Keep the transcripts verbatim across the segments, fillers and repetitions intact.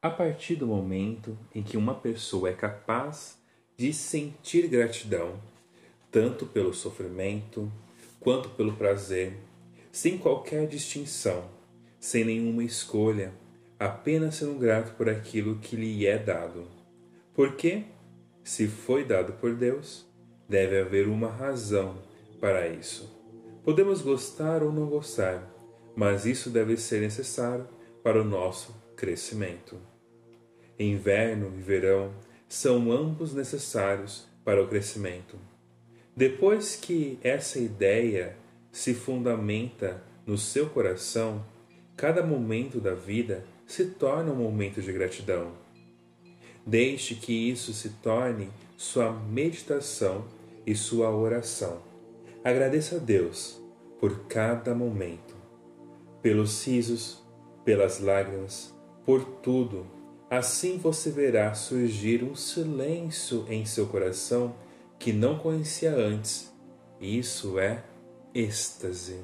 A partir do momento em que uma pessoa é capaz de sentir gratidão, tanto pelo sofrimento quanto pelo prazer, sem qualquer distinção, sem nenhuma escolha, apenas sendo grato por aquilo que lhe é dado. Porque, se foi dado por Deus, deve haver uma razão para isso. Podemos gostar ou não gostar, mas isso deve ser necessário para o nosso crescimento. Inverno e verão são ambos necessários para o crescimento. Depois que essa ideia se fundamenta no seu coração, cada momento da vida se torna um momento de gratidão. Deixe que isso se torne sua meditação e sua oração. Agradeça a Deus por cada momento, pelos risos, pelas lágrimas, por tudo. Assim você verá surgir um silêncio em seu coração que não conhecia antes. Isso é êxtase.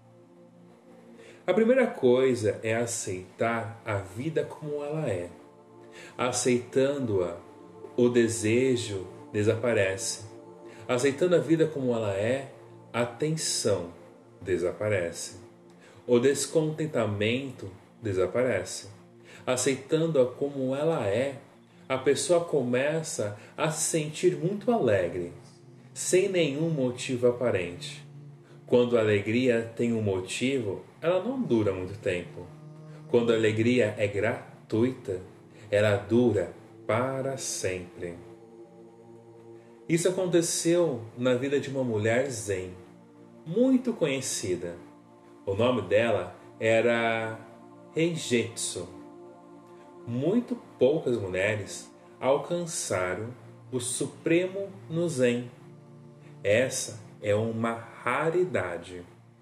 A primeira coisa é aceitar a vida como ela é. Aceitando-a, o desejo desaparece. Aceitando a vida como ela é, a tensão desaparece. O descontentamento desaparece. Aceitando-a como ela é, a pessoa começa a se sentir muito alegre, sem nenhum motivo aparente. Quando a alegria tem um motivo, ela não dura muito tempo. Quando a alegria é gratuita, ela dura para sempre. Isso aconteceu na vida de uma mulher zen, muito conhecida. O nome dela era Reigetsu. Muito poucas mulheres alcançaram o supremo no zen. Essa é uma raridade.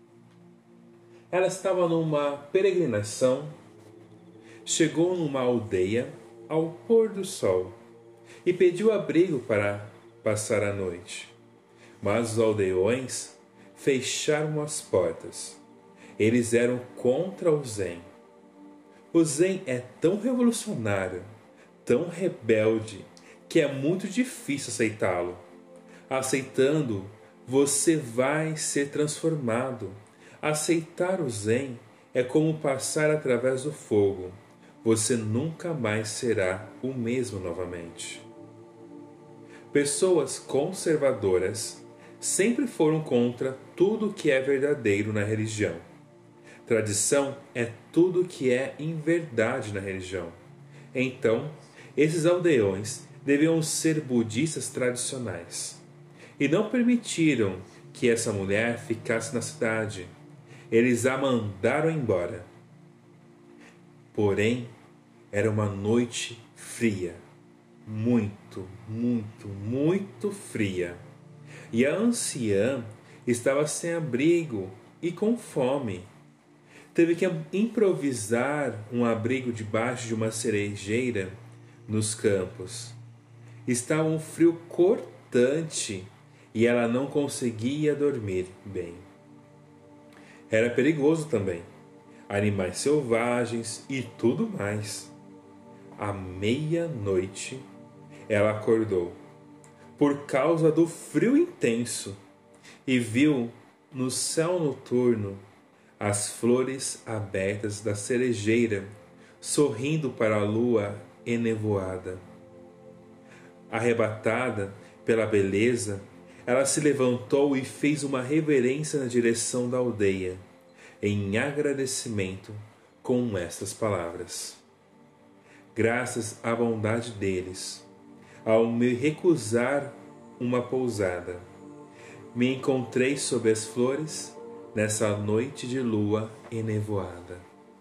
Ela estava numa peregrinação, chegou numa aldeia ao pôr do sol e pediu abrigo para passar a noite. Mas os aldeões fecharam as portas. Eles eram contra o zen. O zen é tão revolucionário, tão rebelde, que é muito difícil aceitá-lo. Aceitando, você vai ser transformado. Aceitar o zen é como passar através do fogo. Você nunca mais será o mesmo novamente. Pessoas conservadoras sempre foram contra tudo que é verdadeiro na religião. Tradição é tudo que é inverdade na religião. Então, esses aldeões deviam ser budistas tradicionais. E não permitiram que essa mulher ficasse na cidade. Eles a mandaram embora. Porém, era uma noite fria. Muito, muito, muito fria. E a anciã estava sem abrigo e com fome. Teve que improvisar um abrigo debaixo de uma cerejeira nos campos. Estava um frio cortante e ela não conseguia dormir bem. Era perigoso também. Animais selvagens e tudo mais. À meia-noite, ela acordou por causa do frio intenso e viu no céu noturno as flores abertas da cerejeira, sorrindo para a lua enevoada. Arrebatada pela beleza, ela se levantou e fez uma reverência na direção da aldeia, em agradecimento com estas palavras: graças à bondade deles, ao me recusar uma pousada, me encontrei sob as flores nessa noite de lua enevoada.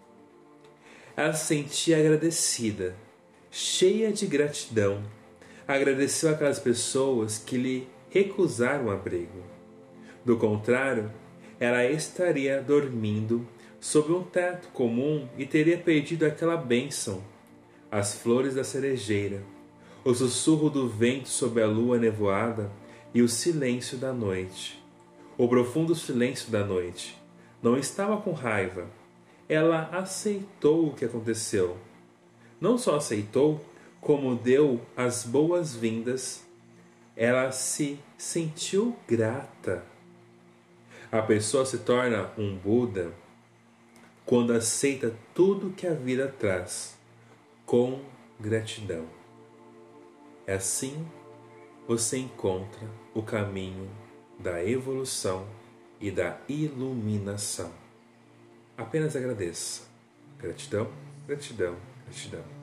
Ela se sentia agradecida, cheia de gratidão. Agradeceu aquelas pessoas que lhe recusaram abrigo. Do contrário, ela estaria dormindo sob um teto comum e teria perdido aquela bênção, as flores da cerejeira, o sussurro do vento sob a lua nevoada e o silêncio da noite. O profundo silêncio da noite. Não estava com raiva. Ela aceitou o que aconteceu. não só aceitou, como deu as boas-vindas. Ela se sentiu grata. A pessoa se torna um Buda quando aceita tudo que a vida traz com gratidão. É assim você encontra o caminho da evolução e da iluminação. Apenas agradeça. Gratidão, gratidão, gratidão.